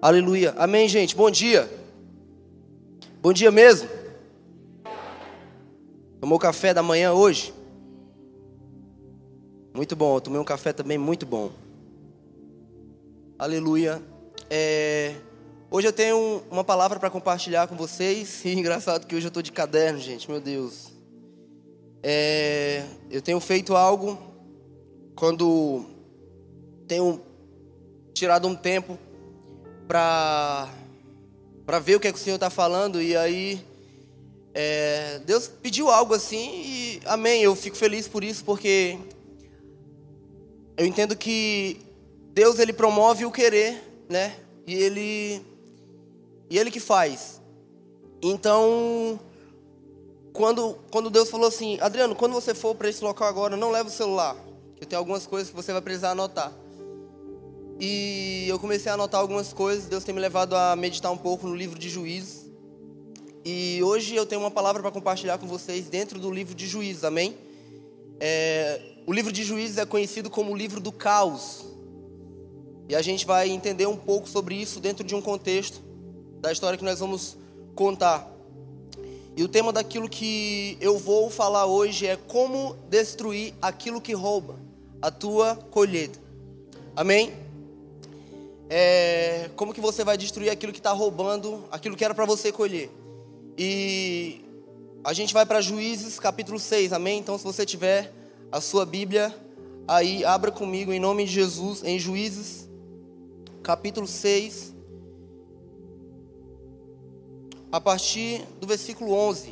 Aleluia. Amém, gente. Bom dia. Bom dia mesmo. Tomou café da manhã hoje? Muito bom. Eu tomei um café também muito bom. Aleluia. Hoje eu tenho uma palavra para compartilhar com vocês. E engraçado que hoje eu estou de caderno, gente. Meu Deus. Eu tenho feito algo quando tenho tirado um tempo para ver o que é que o Senhor está falando. E aí Deus pediu algo assim e amém, eu fico feliz por isso, porque eu entendo que Deus, Ele promove o querer, né? E Ele que faz. Então, quando Deus falou assim: Adriano, quando você for para esse local agora, não leve o celular, que tem algumas coisas que você vai precisar anotar. E eu comecei a anotar algumas coisas. Deus tem me levado a meditar um pouco no livro de Juízes. E hoje eu tenho uma palavra para compartilhar com vocês dentro do livro de Juízes, amém? O livro de Juízes é conhecido como o livro do caos. E a gente vai entender um pouco sobre isso dentro de um contexto da história que nós vamos contar. E o tema daquilo que eu vou falar hoje é como destruir aquilo que rouba a tua colheita. Amém? Como que você vai destruir aquilo que está roubando, aquilo que era para você colher. E a gente vai para Juízes capítulo 6, amém? Então, se você tiver a sua Bíblia aí, abra comigo em nome de Jesus, em Juízes capítulo 6, a partir do versículo 11.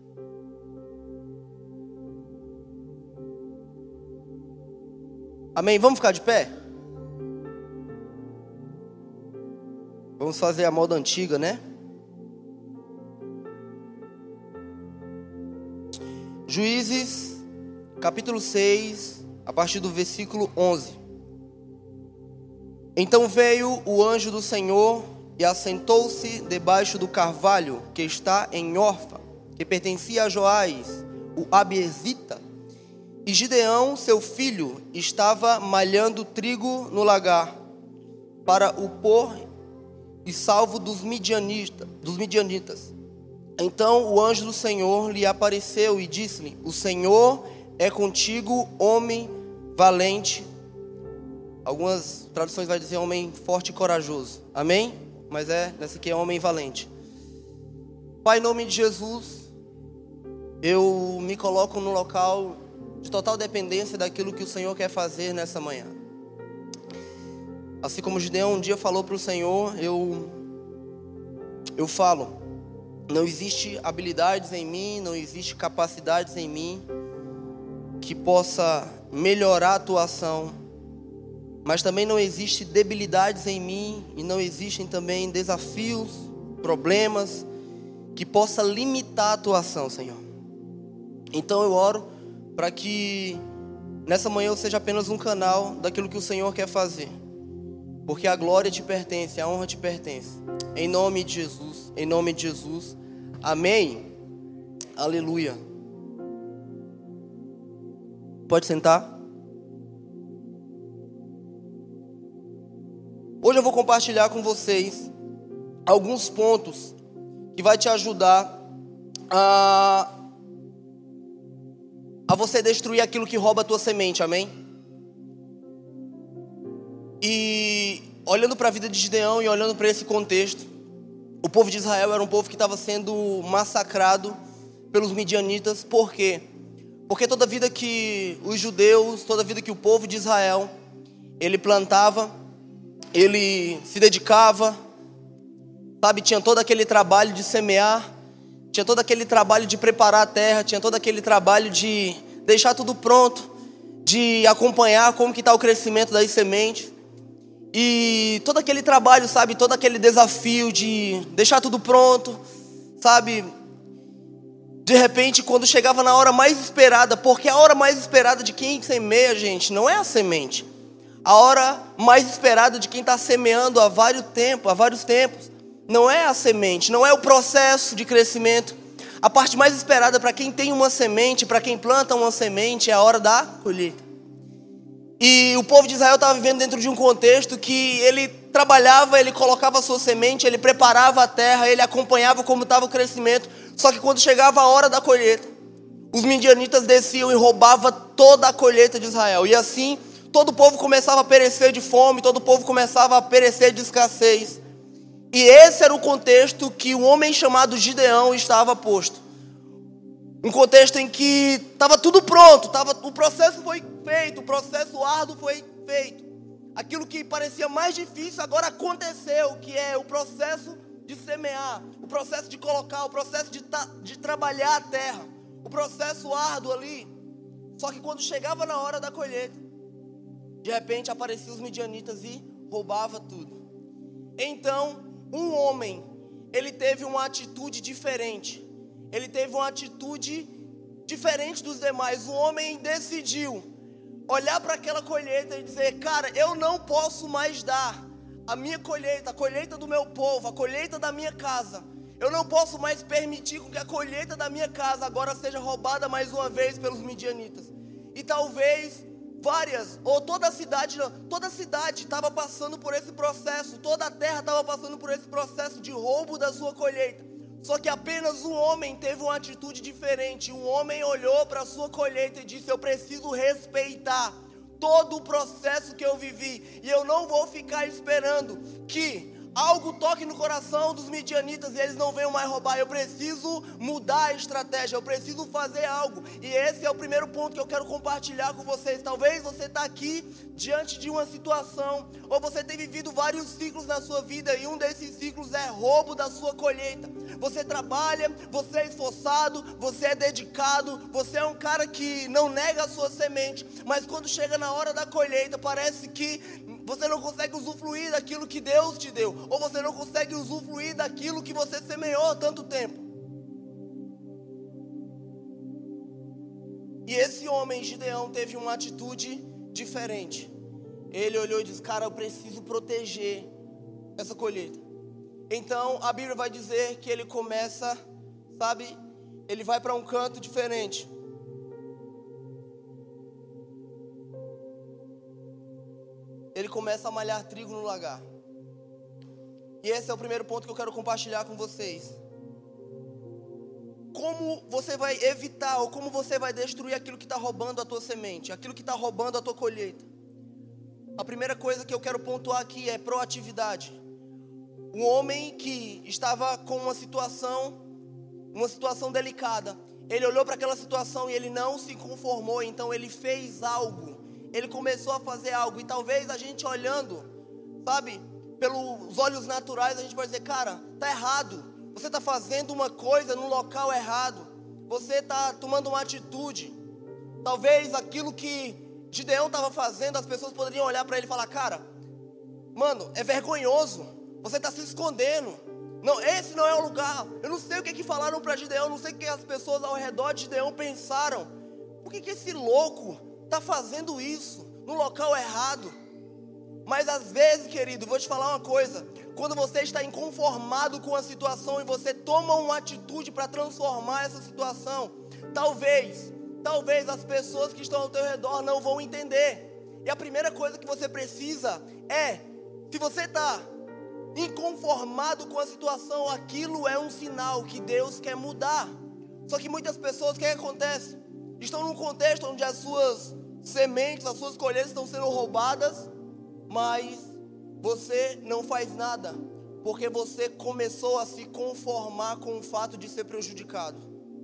Amém? Vamos ficar de pé? Vamos fazer a moda antiga, né? Juízes, capítulo 6, a partir do versículo 11. Então veio o anjo do Senhor e assentou-se debaixo do carvalho que está em Orfa, que pertencia a Joás, o Abiezita. E Gideão, seu filho, estava malhando trigo no lagar, para o pôr e salvo dos midianitas. Então o anjo do Senhor lhe apareceu e disse-lhe: o Senhor é contigo, homem valente. Algumas traduções vai dizer homem forte e corajoso, amém? Mas nessa aqui é homem valente. Pai, em nome de Jesus, eu me coloco no local de total dependência daquilo que o Senhor quer fazer nessa manhã. Assim como Gideão um dia falou para o Senhor, eu falo: não existe habilidades em mim, não existe capacidades em mim que possa melhorar a tua ação, mas também não existe debilidades em mim e não existem também desafios, problemas que possa limitar a tua ação, Senhor. Então eu oro para que nessa manhã eu seja apenas um canal daquilo que o Senhor quer fazer. Porque a glória te pertence, a honra te pertence. Em nome de Jesus, em nome de Jesus. Amém. Aleluia. Pode sentar. Hoje eu vou compartilhar com vocês alguns pontos que vai te ajudar a você destruir aquilo que rouba a tua semente, amém? E olhando para a vida de Gideão e olhando para esse contexto, o povo de Israel era um povo que estava sendo massacrado pelos midianitas. Por quê? Porque toda vida que os judeus, toda vida que o povo de Israel, ele plantava, ele se dedicava, sabe, tinha todo aquele trabalho de semear, tinha todo aquele trabalho de preparar a terra, tinha todo aquele trabalho de deixar tudo pronto, de acompanhar como que está o crescimento das sementes. E todo aquele trabalho, sabe, todo aquele desafio de deixar tudo pronto, sabe. De repente, quando chegava na hora mais esperada, porque a hora mais esperada de quem semeia, gente, não é a semente. A hora mais esperada de quem está semeando há vários tempos, não é a semente, não é o processo de crescimento. A parte mais esperada para quem tem uma semente, para quem planta uma semente, é a hora da colheita. E o povo de Israel estava vivendo dentro de um contexto que ele trabalhava, ele colocava a sua semente, ele preparava a terra, ele acompanhava como estava o crescimento. Só que quando chegava a hora da colheita, os midianitas desciam e roubavam toda a colheita de Israel. E assim, todo o povo começava a perecer de fome, todo o povo começava a perecer de escassez. E esse era o contexto que um homem chamado Gideão estava posto. Um contexto em que estava tudo pronto, o processo foi feito, o processo árduo foi feito. Aquilo que parecia mais difícil agora aconteceu, que é o processo de semear, o processo de colocar, o processo de trabalhar a terra, o processo árduo ali. Só que quando chegava na hora da colheita, de repente apareciam os midianitas e roubava tudo. Então, um homem, ele teve uma atitude diferente. Ele teve uma atitude diferente dos demais. O homem decidiu olhar para aquela colheita e dizer: cara, eu não posso mais dar a minha colheita, a colheita do meu povo, a colheita da minha casa. Eu não posso mais permitir que a colheita da minha casa agora seja roubada mais uma vez pelos midianitas. E talvez várias, ou toda a cidade estava passando por esse processo, toda a terra estava passando por esse processo de roubo da sua colheita. Só que apenas um homem teve uma atitude diferente. Um homem olhou para a sua colheita e disse: eu preciso respeitar todo o processo que eu vivi, e eu não vou ficar esperando que algo toque no coração dos midianitas e eles não venham mais roubar. Eu preciso mudar a estratégia, eu preciso fazer algo. E esse é o primeiro ponto que eu quero compartilhar com vocês. Talvez você está aqui diante de uma situação, ou você tem vivido vários ciclos na sua vida, e um desses ciclos é roubo da sua colheita. Você trabalha, você é esforçado, você é dedicado, você é um cara que não nega a sua semente, mas quando chega na hora da colheita, parece que você não consegue usufruir daquilo que Deus te deu, ou você não consegue usufruir daquilo que você semeou há tanto tempo. E esse homem, Gideão, teve uma atitude diferente. Ele olhou e disse: cara, eu preciso proteger essa colheita. Então a Bíblia vai dizer que ele começa, ele vai para um canto diferente. Ele começa a malhar trigo no lagar. E esse é o primeiro ponto que eu quero compartilhar com vocês. Como você vai evitar, ou como você vai destruir aquilo que está roubando a tua semente, aquilo que está roubando a tua colheita? A primeira coisa que eu quero pontuar aqui é proatividade. Um homem que estava com uma situação delicada, ele olhou para aquela situação e ele não se conformou, então ele fez algo. Ele começou a fazer algo. E talvez a gente olhando, pelos olhos naturais, a gente vai dizer: cara, tá errado. Você está fazendo uma coisa no local errado. Você está tomando uma atitude. Talvez aquilo que Gideão estava fazendo, as pessoas poderiam olhar para ele e falar: cara, mano, é vergonhoso. Você está se escondendo. Não, esse não é o lugar. Eu não sei o que falaram para Gideão, não sei o que as pessoas ao redor de Gideão pensaram. Por que esse louco está fazendo isso no local errado? Mas às vezes, querido, vou te falar uma coisa: quando você está inconformado com a situação e você toma uma atitude para transformar essa situação, talvez as pessoas que estão ao teu redor não vão entender. E a primeira coisa que você precisa é, se você está inconformado com a situação, aquilo é um sinal que Deus quer mudar. Só que muitas pessoas, o que acontece? Estão num contexto onde as suas sementes, as suas colheitas estão sendo roubadas, mas você não faz nada, porque você começou a se conformar com o fato de ser prejudicado.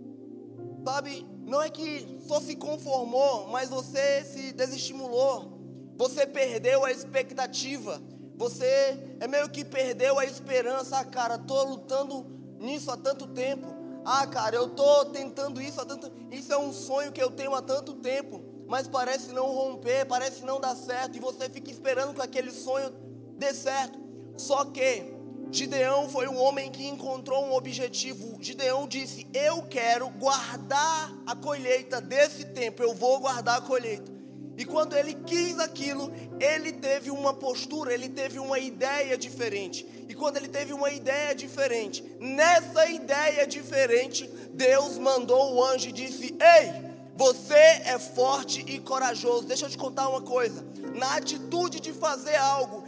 Não é que só se conformou, mas você se desestimulou. Você perdeu a expectativa. Você meio que perdeu a esperança. Cara, tô lutando nisso há tanto tempo. Cara, eu tô tentando isso há tanto. Isso é um sonho que eu tenho há tanto tempo, mas parece não romper, parece não dar certo, e você fica esperando que aquele sonho dê certo. Só que Gideão foi um homem que encontrou um objetivo. Gideão disse: eu quero guardar a colheita desse tempo, eu vou guardar a colheita. E quando ele quis aquilo, ele teve uma postura, ele teve uma ideia diferente. E quando ele teve uma ideia diferente, nessa ideia diferente, Deus mandou o anjo e disse: ei, Você é forte e corajoso. Deixa eu te contar uma coisa. Na atitude de fazer algo,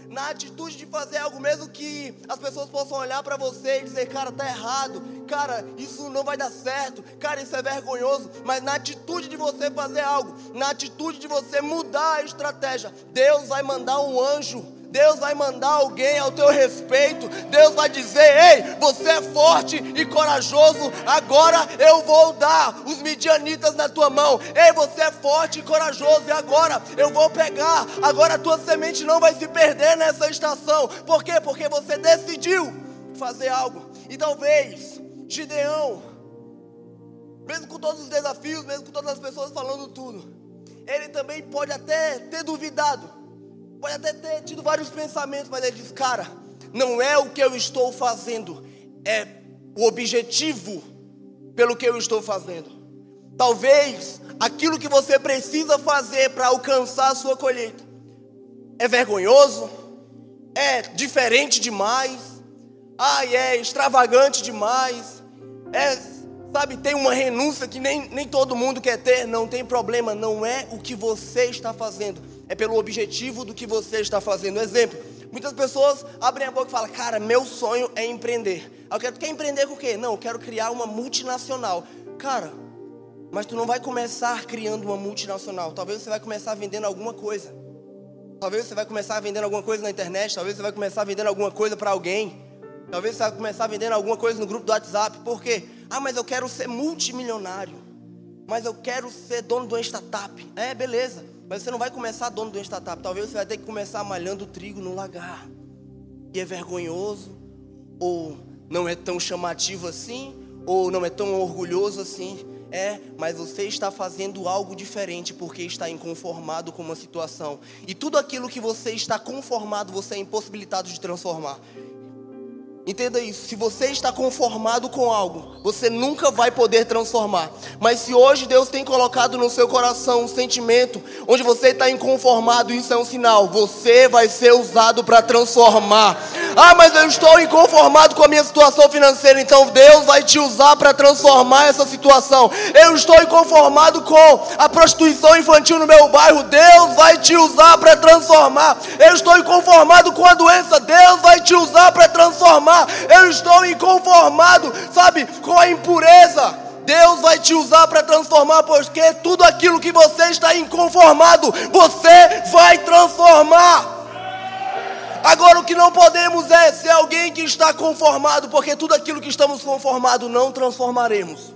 mesmo que as pessoas possam olhar para você e dizer, cara, tá errado, cara, isso não vai dar certo, cara, isso é vergonhoso, mas na atitude de você fazer algo, na atitude de você mudar a estratégia, Deus vai mandar um anjo, Deus vai mandar alguém ao teu respeito. Deus vai dizer, ei, você é forte e corajoso, agora eu vou dar os midianitas na tua mão. Ei, você é forte e corajoso, e agora eu vou pegar. Agora a tua semente não vai se perder nessa estação. Por quê? Porque você decidiu fazer algo. E talvez Gideão, mesmo com todos os desafios, mesmo com todas as pessoas falando tudo, ele também pode até ter duvidado, pode até ter tido vários pensamentos, mas ele diz, cara, não é o que eu estou fazendo, é o objetivo pelo que eu estou fazendo. Talvez aquilo que você precisa fazer para alcançar a sua colheita é vergonhoso, é diferente demais, é extravagante demais, tem uma renúncia que nem todo mundo quer ter. Não tem problema, não é o que você está fazendo, é pelo objetivo do que você está fazendo. Exemplo, muitas pessoas abrem a boca e falam, cara, meu sonho é empreender. Tu quer empreender com o quê? Não, eu quero criar uma multinacional. Cara, mas tu não vai começar criando uma multinacional. Talvez você vai começar vendendo alguma coisa. Talvez você vai começar vendendo alguma coisa na internet. Talvez você vai começar vendendo alguma coisa para alguém. Talvez você vai começar vendendo alguma coisa no grupo do WhatsApp. Por quê? Mas eu quero ser multimilionário. Mas eu quero ser dono de uma startup. Beleza. Mas você não vai começar dono de uma startup. Talvez você vai ter que começar malhando trigo no lagar. E é vergonhoso. Ou não é tão chamativo assim. Ou não é tão orgulhoso assim. Mas você está fazendo algo diferente porque está inconformado com uma situação. E tudo aquilo que você está conformado, você é impossibilitado de transformar. Entenda isso, se você está conformado com algo, você nunca vai poder transformar. Mas se hoje Deus tem colocado no seu coração um sentimento onde você está inconformado, isso é um sinal, você vai ser usado para transformar. Mas eu estou inconformado com a minha situação financeira, então Deus vai te usar para transformar essa situação. Eu estou inconformado com a prostituição infantil no meu bairro, Deus vai te usar para transformar. Eu estou inconformado com a doença, Deus vai te usar para transformar. Eu estou inconformado, com a impureza, Deus vai te usar para transformar, porque tudo aquilo que você está inconformado, você vai transformar. Agora o que não podemos é ser alguém que está conformado, porque tudo aquilo que estamos conformados não transformaremos.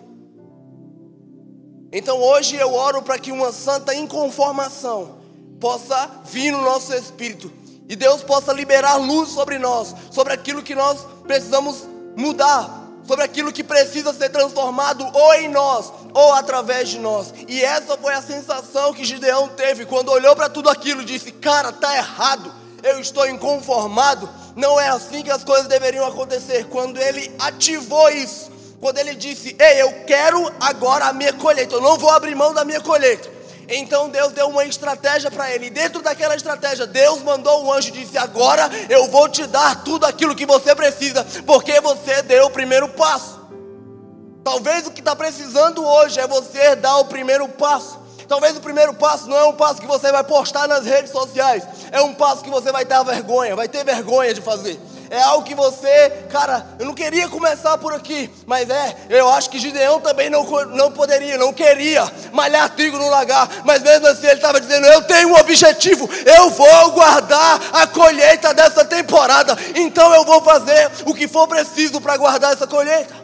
Então hoje eu oro para que uma santa inconformação possa vir no nosso espírito. E Deus possa liberar luz sobre nós, sobre aquilo que nós precisamos mudar, sobre aquilo que precisa ser transformado ou em nós, ou através de nós. E essa foi a sensação que Gideão teve quando olhou para tudo aquilo e disse, cara, tá errado, eu estou inconformado, não é assim que as coisas deveriam acontecer. Quando ele ativou isso, quando ele disse, ei, eu quero agora a minha colheita, eu não vou abrir mão da minha colheita. Então Deus deu uma estratégia para ele. E dentro daquela estratégia, Deus mandou um anjo e disse, agora eu vou te dar tudo aquilo que você precisa, porque você deu o primeiro passo. Talvez o que está precisando hoje é você dar o primeiro passo. Talvez o primeiro passo não é um passo que você vai postar nas redes sociais. É um passo que você vai ter vergonha de fazer. É algo que você, cara, eu não queria começar por aqui, mas eu acho que Gideão também não queria malhar trigo no lagar, mas mesmo assim ele estava dizendo, eu tenho um objetivo, eu vou guardar a colheita dessa temporada, então eu vou fazer o que for preciso para guardar essa colheita.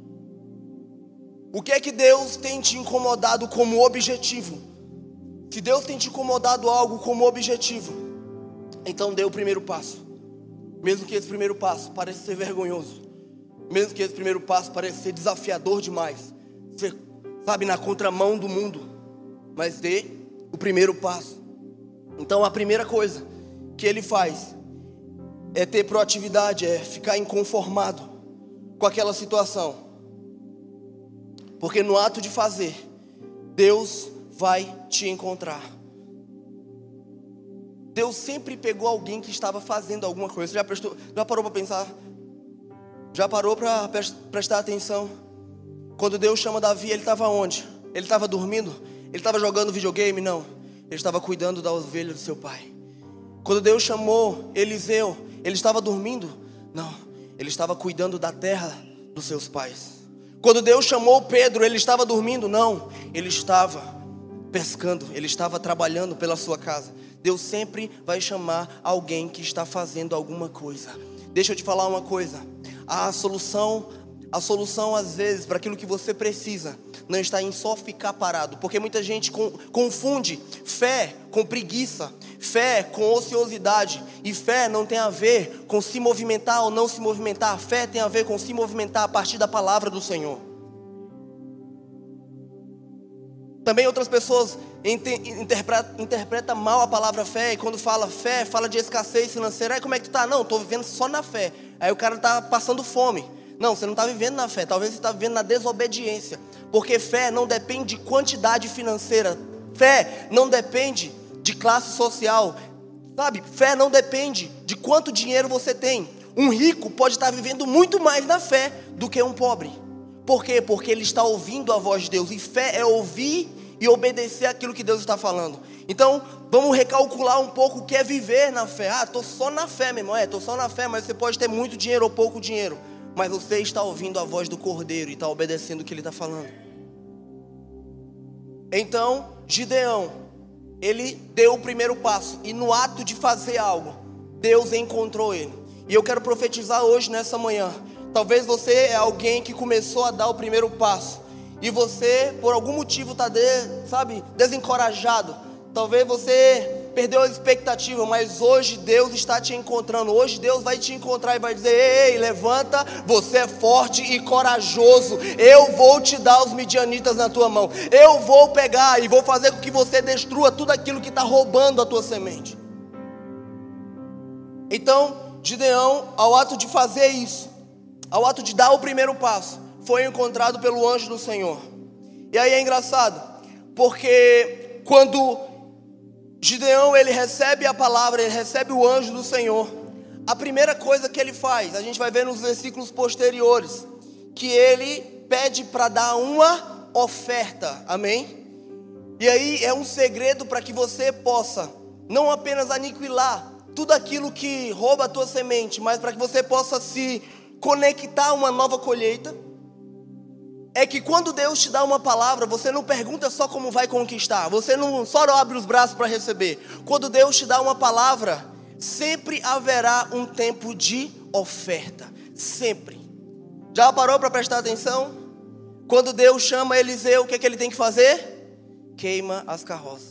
O que é que Deus tem te incomodado como objetivo? Se Deus tem te incomodado algo como objetivo, então dê o primeiro passo. Mesmo que esse primeiro passo pareça ser vergonhoso, mesmo que esse primeiro passo pareça ser desafiador demais, ser, na contramão do mundo, mas dê o primeiro passo. Então a primeira coisa que ele faz é ter proatividade, é ficar inconformado com aquela situação, porque no ato de fazer, Deus vai te encontrar. Deus sempre pegou alguém que estava fazendo alguma coisa. Você já parou para pensar? Já parou para prestar atenção? Quando Deus chama Davi, ele estava onde? Ele estava dormindo? Ele estava jogando videogame? Não. Ele estava cuidando da ovelha do seu pai. Quando Deus chamou Eliseu, ele estava dormindo? Não. Ele estava cuidando da terra dos seus pais. Quando Deus chamou Pedro, ele estava dormindo? Não. Ele estava pescando, ele estava trabalhando pela sua casa. Deus sempre vai chamar alguém que está fazendo alguma coisa. Deixa eu te falar uma coisa. A solução às vezes para aquilo que você precisa não está em só ficar parado, porque muita gente confunde fé com preguiça, fé com ociosidade, e fé não tem a ver com se movimentar ou não se movimentar. Fé tem a ver com se movimentar a partir da palavra do Senhor. Também outras pessoas interpretam mal a palavra fé, e quando fala fé, fala de escassez financeira. Aí como é que tu tá? Não, estou vivendo só na fé. Aí o cara está passando fome. Não, você não está vivendo na fé, talvez você está vivendo na desobediência. Porque fé não depende de quantidade financeira. Fé não depende de classe social. Sabe, fé não depende de quanto dinheiro você tem. Um rico pode estar vivendo muito mais na fé do que um pobre. Por quê? Porque ele está ouvindo a voz de Deus. E fé é ouvir e obedecer aquilo que Deus está falando. Então, vamos recalcular um pouco o que é viver na fé. Estou só na fé, meu irmão. Estou só na fé, mas você pode ter muito dinheiro ou pouco dinheiro. Mas você está ouvindo a voz do Cordeiro e está obedecendo o que ele está falando. Então, Gideão, ele deu o primeiro passo. E no ato de fazer algo, Deus encontrou ele. E eu quero profetizar hoje, nessa manhã. Talvez você é alguém que começou a dar o primeiro passo. E você, por algum motivo, está desencorajado. Talvez você perdeu a expectativa, mas hoje Deus está te encontrando. Hoje Deus vai te encontrar e vai dizer: ei, levanta, você é forte e corajoso. Eu vou te dar os midianitas na tua mão. Eu vou pegar e vou fazer com que você destrua tudo aquilo que está roubando a tua semente. Então, Gideão, ao ato de fazer isso, ao ato de dar o primeiro passo, foi encontrado pelo anjo do Senhor. E aí é engraçado, porque quando Gideão, ele recebe a palavra, ele recebe o anjo do Senhor, a primeira coisa que ele faz, a gente vai ver nos versículos posteriores, que ele pede para dar uma oferta, amém? E aí é um segredo para que você possa não apenas aniquilar tudo aquilo que rouba a tua semente, mas para que você possa se conectar a uma nova colheita. É que quando Deus te dá uma palavra, você não pergunta só como vai conquistar, você não só abre os braços para receber. Quando Deus te dá uma palavra, sempre haverá um tempo de oferta, sempre. Já parou para prestar atenção? Quando Deus chama Eliseu, o que é que ele tem que fazer? Queima as carroças.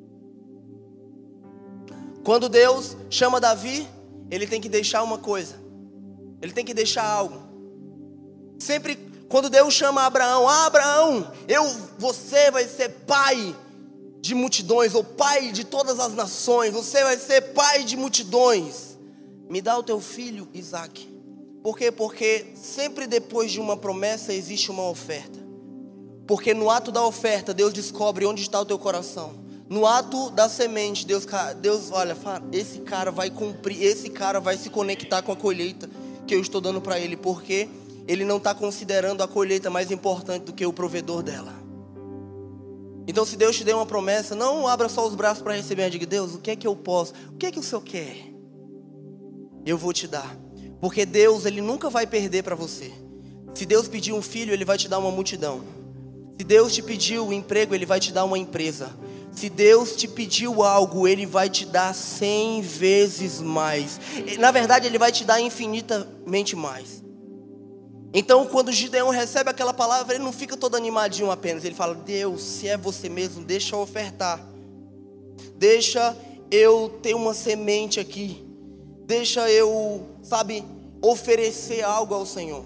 Quando Deus chama Davi, ele tem que deixar uma coisa, ele tem que deixar algo. Sempre quando Deus chama Abraão: Abraão, você vai ser pai de multidões, ou pai de todas as nações, você vai ser pai de multidões, me dá o teu filho Isaque. Por quê? Porque sempre depois de uma promessa existe uma oferta. Porque no ato da oferta, Deus descobre onde está o teu coração. No ato da semente, Deus olha, esse cara vai cumprir, esse cara vai se conectar com a colheita que eu estou dando para ele, porque ele não está considerando a colheita mais importante do que o provedor dela. Então, se Deus te deu uma promessa, não abra só os braços para receber. Diga: Deus, o que é que eu posso? O que é que o Senhor quer? Eu vou te dar. Porque Deus, Ele nunca vai perder para você. Se Deus pedir um filho, Ele vai te dar uma multidão. Se Deus te pediu um emprego, Ele vai te dar uma empresa. Se Deus te pediu algo, Ele vai te dar 100 vezes mais. Na verdade, Ele vai te dar infinitamente mais. Então, quando Gideão recebe aquela palavra, ele não fica todo animadinho apenas. Ele fala: Deus, se é você mesmo, deixa eu ofertar. Deixa eu ter uma semente aqui. Deixa eu, oferecer algo ao Senhor.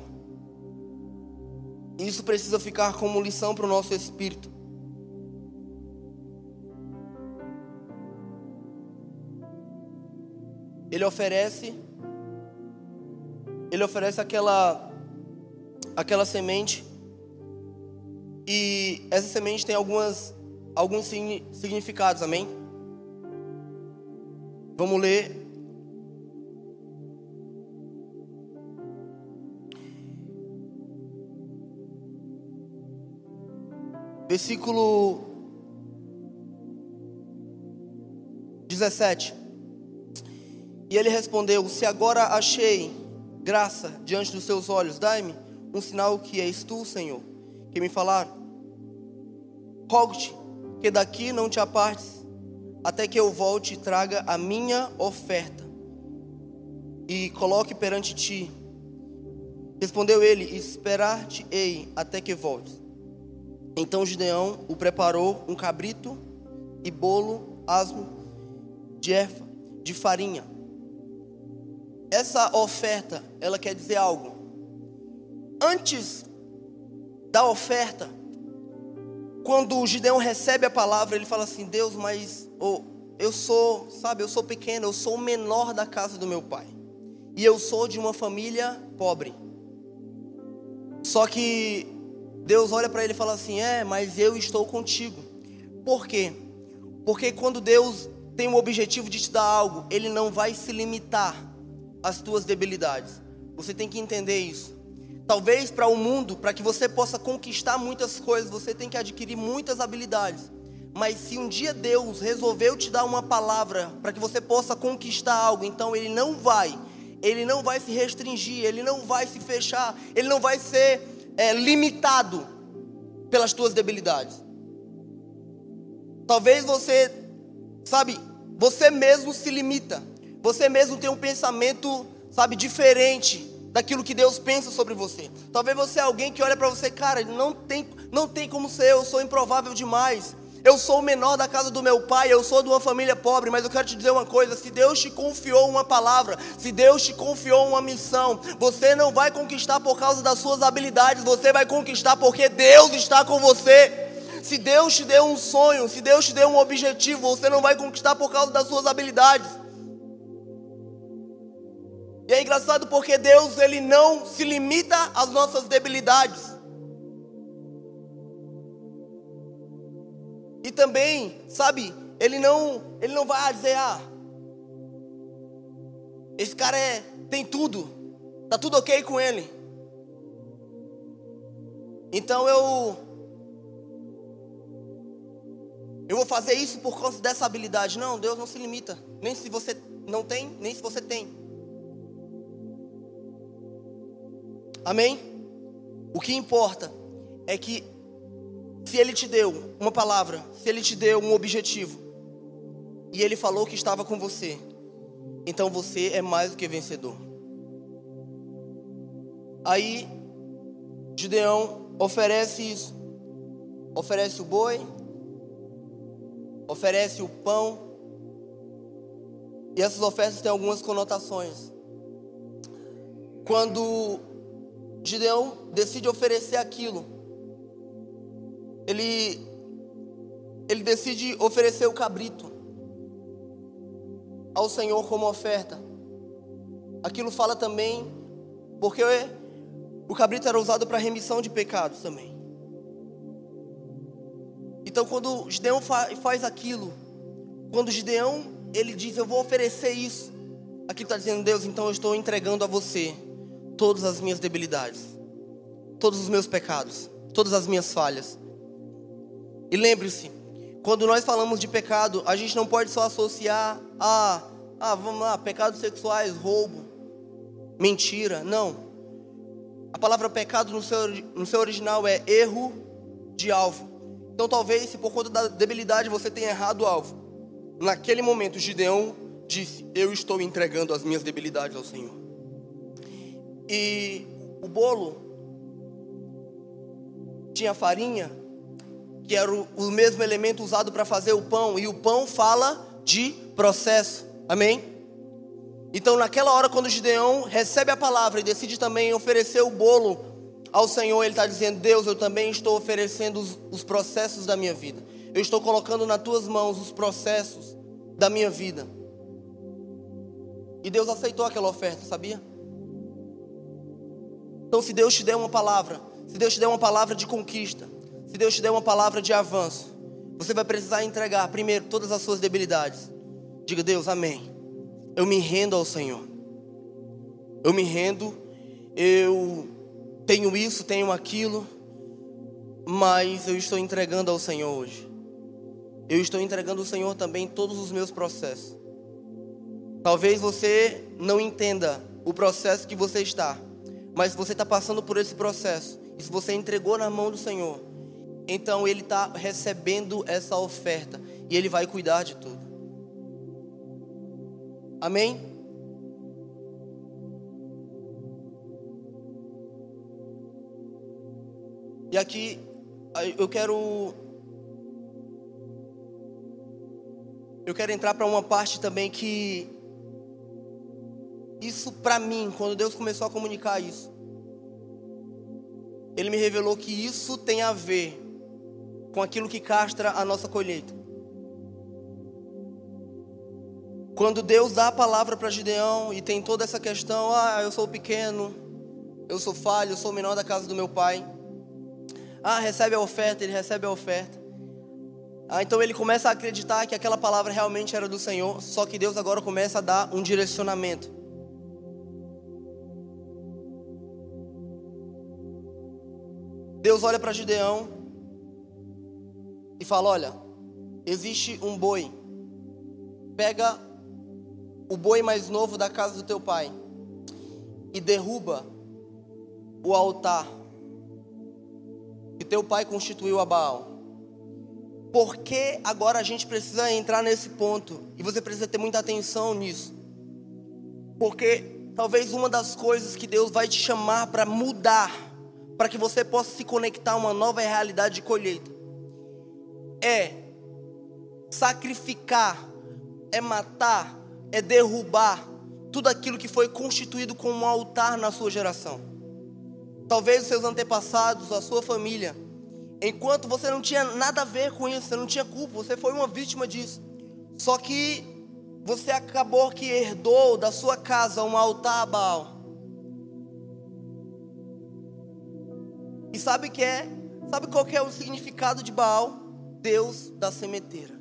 Isso precisa ficar como lição para o nosso espírito. Ele oferece aquela semente, e essa semente tem alguns significados, amém? Vamos ler. Versículo 17. E ele respondeu: se agora achei graça diante dos seus olhos, dai-me um sinal que és tu, Senhor, que me falar. Rogo-te que daqui não te apartes, até que eu volte e traga a minha oferta e coloque perante ti. Respondeu ele: esperar-te-ei até que voltes. Então Gideão o preparou um cabrito e bolo asmo de efa de farinha. Essa oferta, ela quer dizer algo. Antes da oferta, quando o Gideão recebe a palavra, ele fala assim: Deus, mas eu sou pequeno, eu sou o menor da casa do meu pai. E eu sou de uma família pobre. Só que Deus olha para ele e fala assim: mas eu estou contigo. Por quê? Porque quando Deus tem o objetivo de te dar algo, Ele não vai se limitar às tuas debilidades. Você tem que entender isso. Talvez para o mundo, para que você possa conquistar muitas coisas, você tem que adquirir muitas habilidades. Mas se um dia Deus resolveu te dar uma palavra para que você possa conquistar algo, então Ele não vai se restringir, Ele não vai se fechar, Ele não vai ser limitado pelas tuas debilidades. Talvez você mesmo se limita, você mesmo tem um pensamento, diferente daquilo que Deus pensa sobre você. Talvez você é alguém que olha para você: cara, não tem como ser, eu sou improvável demais. Eu sou o menor da casa do meu pai, eu sou de uma família pobre. Mas eu quero te dizer uma coisa: se Deus te confiou uma palavra, se Deus te confiou uma missão, você não vai conquistar por causa das suas habilidades, você vai conquistar porque Deus está com você. Se Deus te deu um sonho, se Deus te deu um objetivo, você não vai conquistar por causa das suas habilidades. E é engraçado porque Deus, Ele não se limita às nossas debilidades. E também, Ele não vai dizer: esse cara tem tudo, tá tudo ok com ele. Então eu vou fazer isso por causa dessa habilidade. Não, Deus não se limita, nem se você não tem, nem se você tem. Amém? O que importa é que se Ele te deu uma palavra, se Ele te deu um objetivo, e Ele falou que estava com você, então você é mais do que vencedor. Aí Gideão oferece isso. Oferece o boi, oferece o pão. E essas ofertas têm algumas conotações. Quando Gideão decide oferecer aquilo, ele decide oferecer o cabrito ao Senhor como oferta. Aquilo fala também, porque o cabrito era usado para remissão de pecados também. Então quando Gideão faz aquilo, quando Gideão ele diz: eu vou oferecer isso, aquilo está dizendo: Deus, então eu estou entregando a você todas as minhas debilidades, todos os meus pecados, todas as minhas falhas. E lembre-se, quando nós falamos de pecado, a gente não pode só associar vamos lá, pecados sexuais, roubo, mentira. Não. A palavra pecado no seu original é erro de alvo. Então talvez, se por conta da debilidade você tenha errado o alvo, naquele momento Gideão disse: eu estou entregando as minhas debilidades ao Senhor. E o bolo tinha farinha, que era o mesmo elemento usado para fazer o pão. E o pão fala de processo. Amém? Então naquela hora, quando Gideão recebe a palavra e decide também oferecer o bolo ao Senhor, ele está dizendo: Deus, eu também estou oferecendo os processos da minha vida. Eu estou colocando nas tuas mãos os processos da minha vida. E Deus aceitou aquela oferta, sabia? Então se Deus te der uma palavra, se Deus te der uma palavra de conquista, se Deus te der uma palavra de avanço, você vai precisar entregar primeiro todas as suas debilidades. Diga: Deus, amém. Eu me rendo ao Senhor. Eu me rendo. Eu tenho isso, tenho aquilo, mas eu estou entregando ao Senhor hoje. eu estou entregando ao Senhor também todos os meus processos. Talvez você não entenda o processo que você está, mas se você está passando por esse processo, e se você entregou na mão do Senhor, então Ele está recebendo essa oferta, e Ele vai cuidar de tudo. Amém? E aqui, eu quero entrar para uma parte também que isso para mim, quando Deus começou a comunicar isso, Ele me revelou que isso tem a ver com aquilo que castra a nossa colheita. Quando Deus dá a palavra para Gideão e tem toda essa questão, eu sou pequeno, eu sou falho, eu sou o menor da casa do meu pai. Recebe a oferta, ele recebe a oferta. Então ele começa a acreditar que aquela palavra realmente era do Senhor, só que Deus agora começa a dar um direcionamento. Deus olha para Gideão e fala: olha, existe um boi, pega o boi mais novo da casa do teu pai e derruba o altar que teu pai constituiu a Baal. Porque agora a gente precisa entrar nesse ponto, e você precisa ter muita atenção nisso, porque talvez uma das coisas que Deus vai te chamar para mudar, para que você possa se conectar a uma nova realidade de colheita, é sacrificar, é matar, é derrubar tudo aquilo que foi constituído como um altar na sua geração. Talvez os seus antepassados, a sua família, enquanto você não tinha nada a ver com isso, você não tinha culpa, você foi uma vítima disso. Só que você acabou que herdou da sua casa um altar a Baal. E sabe qual que é o significado de Baal? Deus da sementeira.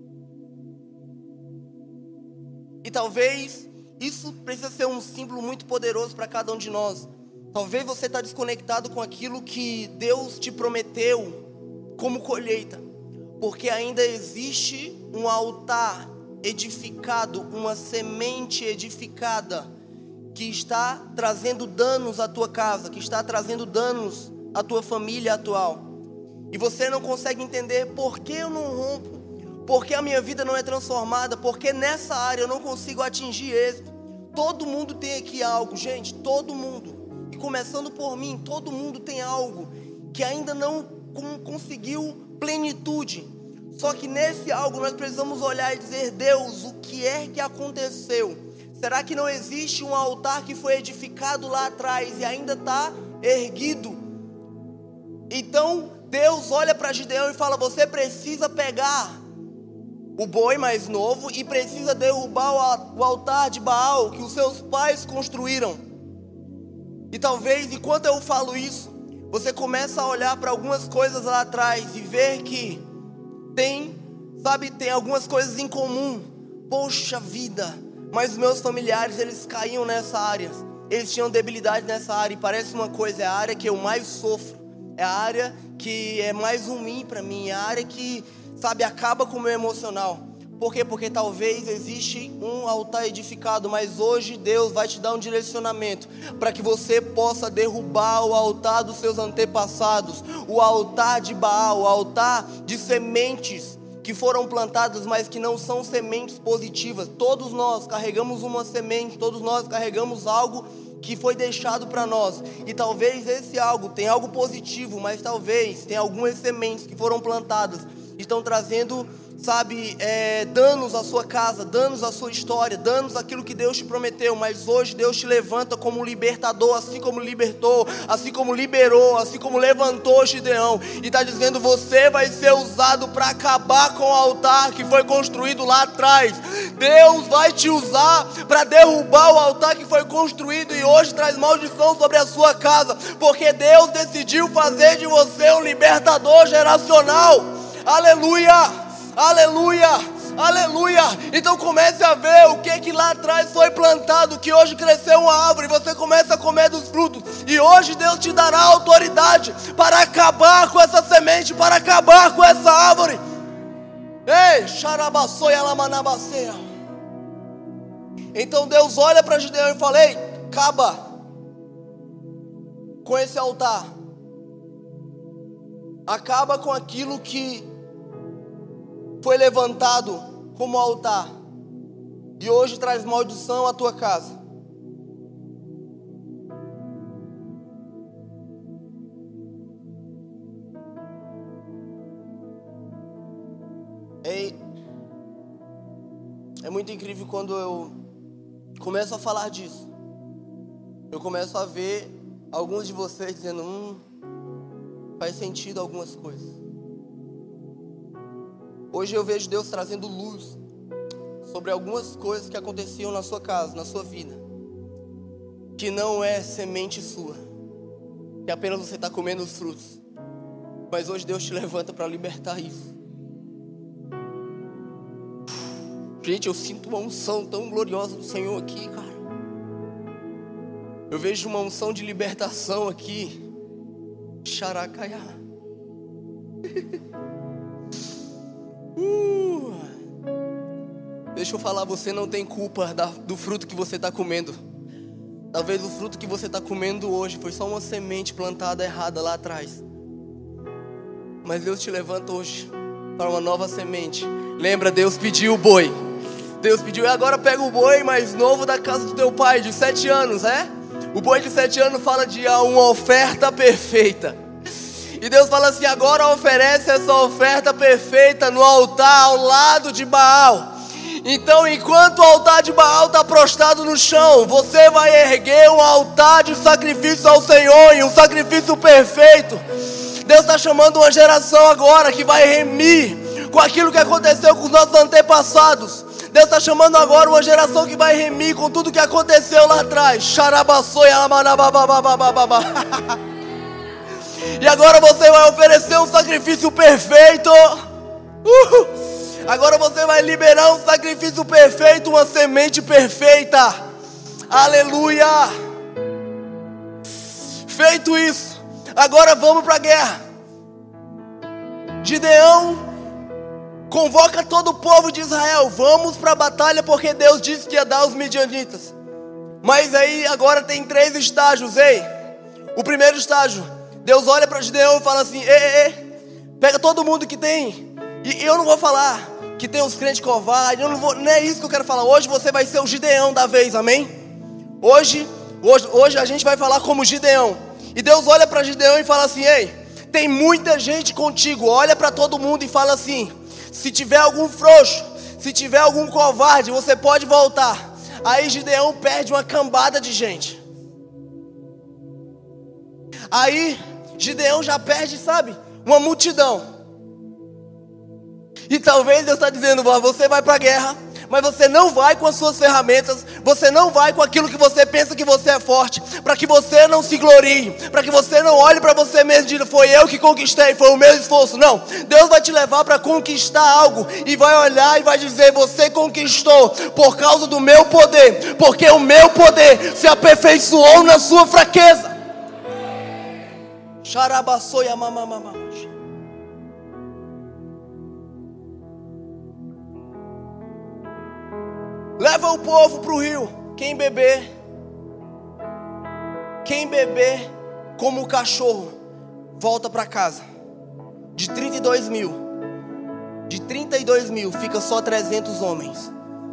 E talvez isso precisa ser um símbolo muito poderoso para cada um de nós. Talvez você está desconectado com aquilo que Deus te prometeu como colheita, porque ainda existe um altar edificado, uma semente edificada, que está trazendo danos à tua casa, que está trazendo danos à tua família atual. E você não consegue entender por que eu não rompo, por que a minha vida não é transformada, porque nessa área eu não consigo atingir êxito. Todo mundo tem aqui algo, gente, todo mundo. E começando por mim, todo mundo tem algo que ainda não conseguiu plenitude. Só que nesse algo nós precisamos olhar e dizer: Deus, o que é que aconteceu? Será que não existe um altar que foi edificado lá atrás e ainda está erguido? Então Deus olha para Gideão e fala: você precisa pegar o boi mais novo e precisa derrubar o altar de Baal que os seus pais construíram. E talvez enquanto eu falo isso, você começa a olhar para algumas coisas lá atrás e ver que tem algumas coisas em comum. Poxa vida, mas os meus familiares, eles caíam nessa área, eles tinham debilidade nessa área, e parece uma coisa, é a área que eu mais sofro, é a área que é mais ruim para mim, é a área que, acaba com o meu emocional. Por quê? Porque talvez existe um altar edificado, mas hoje Deus vai te dar um direcionamento para que você possa derrubar o altar dos seus antepassados, o altar de Baal, o altar de sementes que foram plantadas, mas que não são sementes positivas. Todos nós carregamos uma semente, todos nós carregamos algo que foi deixado para nós, e talvez esse algo tenha algo positivo, mas talvez tenha algumas sementes que foram plantadas, estão trazendo, danos à sua casa, danos à sua história, danos àquilo que Deus te prometeu. Mas hoje Deus te levanta como um libertador, assim como libertou, assim como liberou, assim como levantou Gideão, e está dizendo: você vai ser usado para acabar com o altar que foi construído lá atrás. Deus vai te usar para derrubar o altar que foi construído e hoje traz maldição sobre a sua casa, porque Deus decidiu fazer de você um libertador geracional. Aleluia! Aleluia, aleluia. Então comece a ver o que lá atrás foi plantado, que hoje cresceu uma árvore, você começa a comer dos frutos, e hoje Deus te dará autoridade para acabar com essa semente, para acabar com essa árvore. Ei, xarabaçoia lamanabaceia. Então Deus olha para Gideão e fala: ei, acaba com esse altar. Acaba com aquilo que foi levantado como altar e hoje traz maldição à tua casa. É muito incrível quando eu começo a falar disso. Eu começo a ver alguns de vocês dizendo: faz sentido algumas coisas. Hoje eu vejo Deus trazendo luz sobre algumas coisas que aconteciam na sua casa, na sua vida, que não é semente sua, que apenas você está comendo os frutos. Mas hoje Deus te levanta para libertar isso. Gente, eu sinto uma unção tão gloriosa do Senhor aqui, cara. Eu vejo uma unção de libertação aqui. Xaracaiá. Deixa eu falar, você não tem culpa do fruto que você está comendo. Talvez o fruto que você está comendo hoje foi só uma semente plantada errada lá atrás. Mas Deus te levanta hoje para uma nova semente. Lembra, Deus pediu o boi. Deus pediu, e agora pega o boi mais novo da casa do teu pai, de 7 anos, O boi de 7 anos fala de uma oferta perfeita. E Deus fala assim: agora oferece essa oferta perfeita no altar ao lado de Baal. Então, enquanto o altar de Baal está prostrado no chão, você vai erguer um altar de sacrifício ao Senhor, e um sacrifício perfeito. Deus está chamando uma geração agora que vai remir com aquilo que aconteceu com os nossos antepassados. Deus está chamando agora uma geração que vai remir com tudo que aconteceu lá atrás. E agora você vai oferecer um sacrifício perfeito. Agora você vai liberar um sacrifício perfeito, uma semente perfeita. Aleluia. Feito isso, agora vamos para a guerra. Gideão convoca todo o povo de Israel: vamos para a batalha, porque Deus disse que ia dar os midianitas. Mas aí agora tem 3 estágios. O primeiro estágio, Deus olha para Gideão e fala assim: pega todo mundo que tem. E eu não vou falar que tem os crentes covardes, não é isso que eu quero falar. Hoje você vai ser o Gideão da vez, amém? Hoje a gente vai falar como Gideão. E Deus olha para Gideão e fala assim: tem muita gente contigo. Olha para todo mundo e fala assim: se tiver algum frouxo, se tiver algum covarde, você pode voltar. Aí Gideão perde uma cambada de gente. Aí Gideão já perde, sabe, uma multidão. E talvez Deus está dizendo: você vai para a guerra, mas você não vai com as suas ferramentas, você não vai com aquilo que você pensa que você é forte, para que você não se glorie, para que você não olhe para você mesmo e diga: foi eu que conquistei, foi o meu esforço. Não, Deus vai te levar para conquistar algo e vai olhar e vai dizer: você conquistou por causa do meu poder, porque o meu poder se aperfeiçoou na sua fraqueza. Xarabaçoia mamamamam. Leva o povo para o rio. Quem beber como cachorro, volta para casa. De 32 mil fica só 300 homens.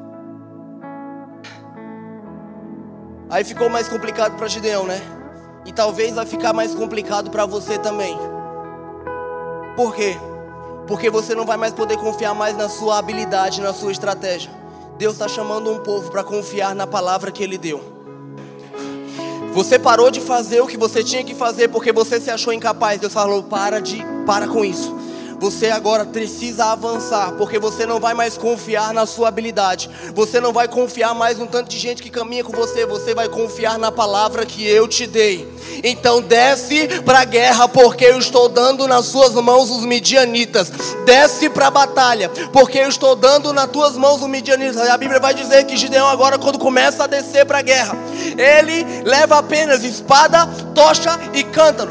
Aí ficou mais complicado para Gideão, né? E talvez vai ficar mais complicado para você também. Por quê? Porque você não vai mais poder confiar mais na sua habilidade, na sua estratégia. Deus está chamando um povo para confiar na palavra que Ele deu. Você parou de fazer o que você tinha que fazer porque você se achou incapaz. Deus falou: para com isso. Você agora precisa avançar, porque você não vai mais confiar na sua habilidade. Você não vai confiar mais no tanto de gente que caminha com você. Você vai confiar na palavra que eu te dei. Então desce para a guerra, porque eu estou dando nas suas mãos os midianitas. Desce para a batalha, porque eu estou dando nas tuas mãos os midianitas. A Bíblia vai dizer que Gideão agora, quando começa a descer para a guerra, ele leva apenas espada, tocha e cântaros.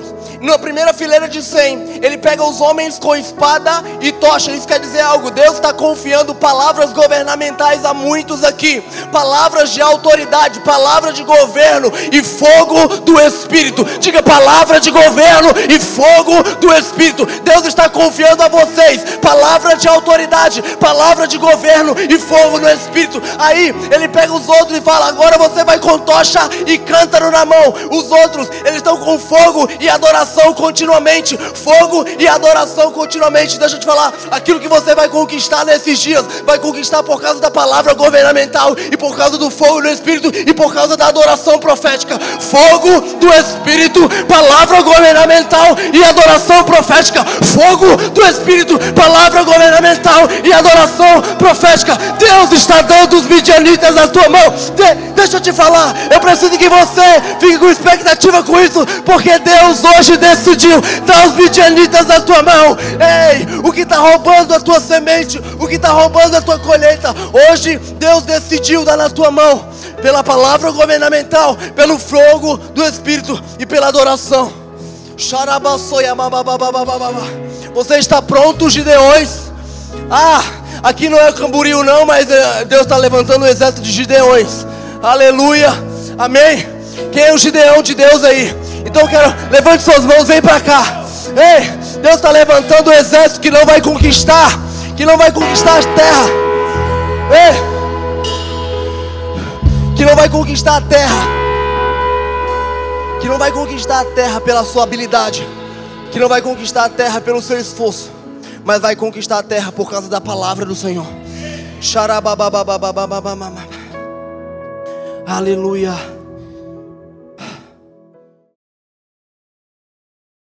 na primeira fileira de 100, ele pega os homens com espada e tocha. Isso quer dizer algo. Deus está confiando palavras governamentais a muitos aqui, palavras de autoridade, palavra de governo e fogo do Espírito. Diga: palavra de governo e fogo do Espírito. Deus está confiando a vocês palavra de autoridade, palavra de governo e fogo no Espírito. Aí ele pega os outros e fala: agora você vai com tocha e cântaro na mão. Os outros, eles estão com fogo e adoração continuamente, fogo e adoração continuamente. Deixa eu te falar, aquilo que você vai conquistar nesses dias, vai conquistar por causa da palavra governamental e por causa do fogo no Espírito e por causa da adoração profética. Fogo do Espírito, palavra governamental e adoração profética. Fogo do Espírito, palavra governamental e adoração profética. Deus está dando os midianitas na tua mão. Deixa eu te falar, eu preciso que você fique com expectativa com isso, porque Deus hoje decidiu dar os midianitas na tua mão. Ei, o que está roubando a tua semente, o que está roubando a tua colheita, hoje Deus decidiu dar na tua mão, pela palavra governamental, pelo fogo do Espírito e pela adoração. Você está pronto, Gideões? Aqui não é Camboriú não, mas Deus está levantando um exército de Gideões. Aleluia, amém. Quem é o Gideão de Deus aí? Então eu quero, levante suas mãos, vem pra cá. Ei, Deus está levantando um exército que não vai conquistar a terra. Ei, que não vai conquistar a terra, que não vai conquistar a terra pela sua habilidade, que não vai conquistar a terra pelo seu esforço, mas vai conquistar a terra por causa da palavra do Senhor. Aleluia.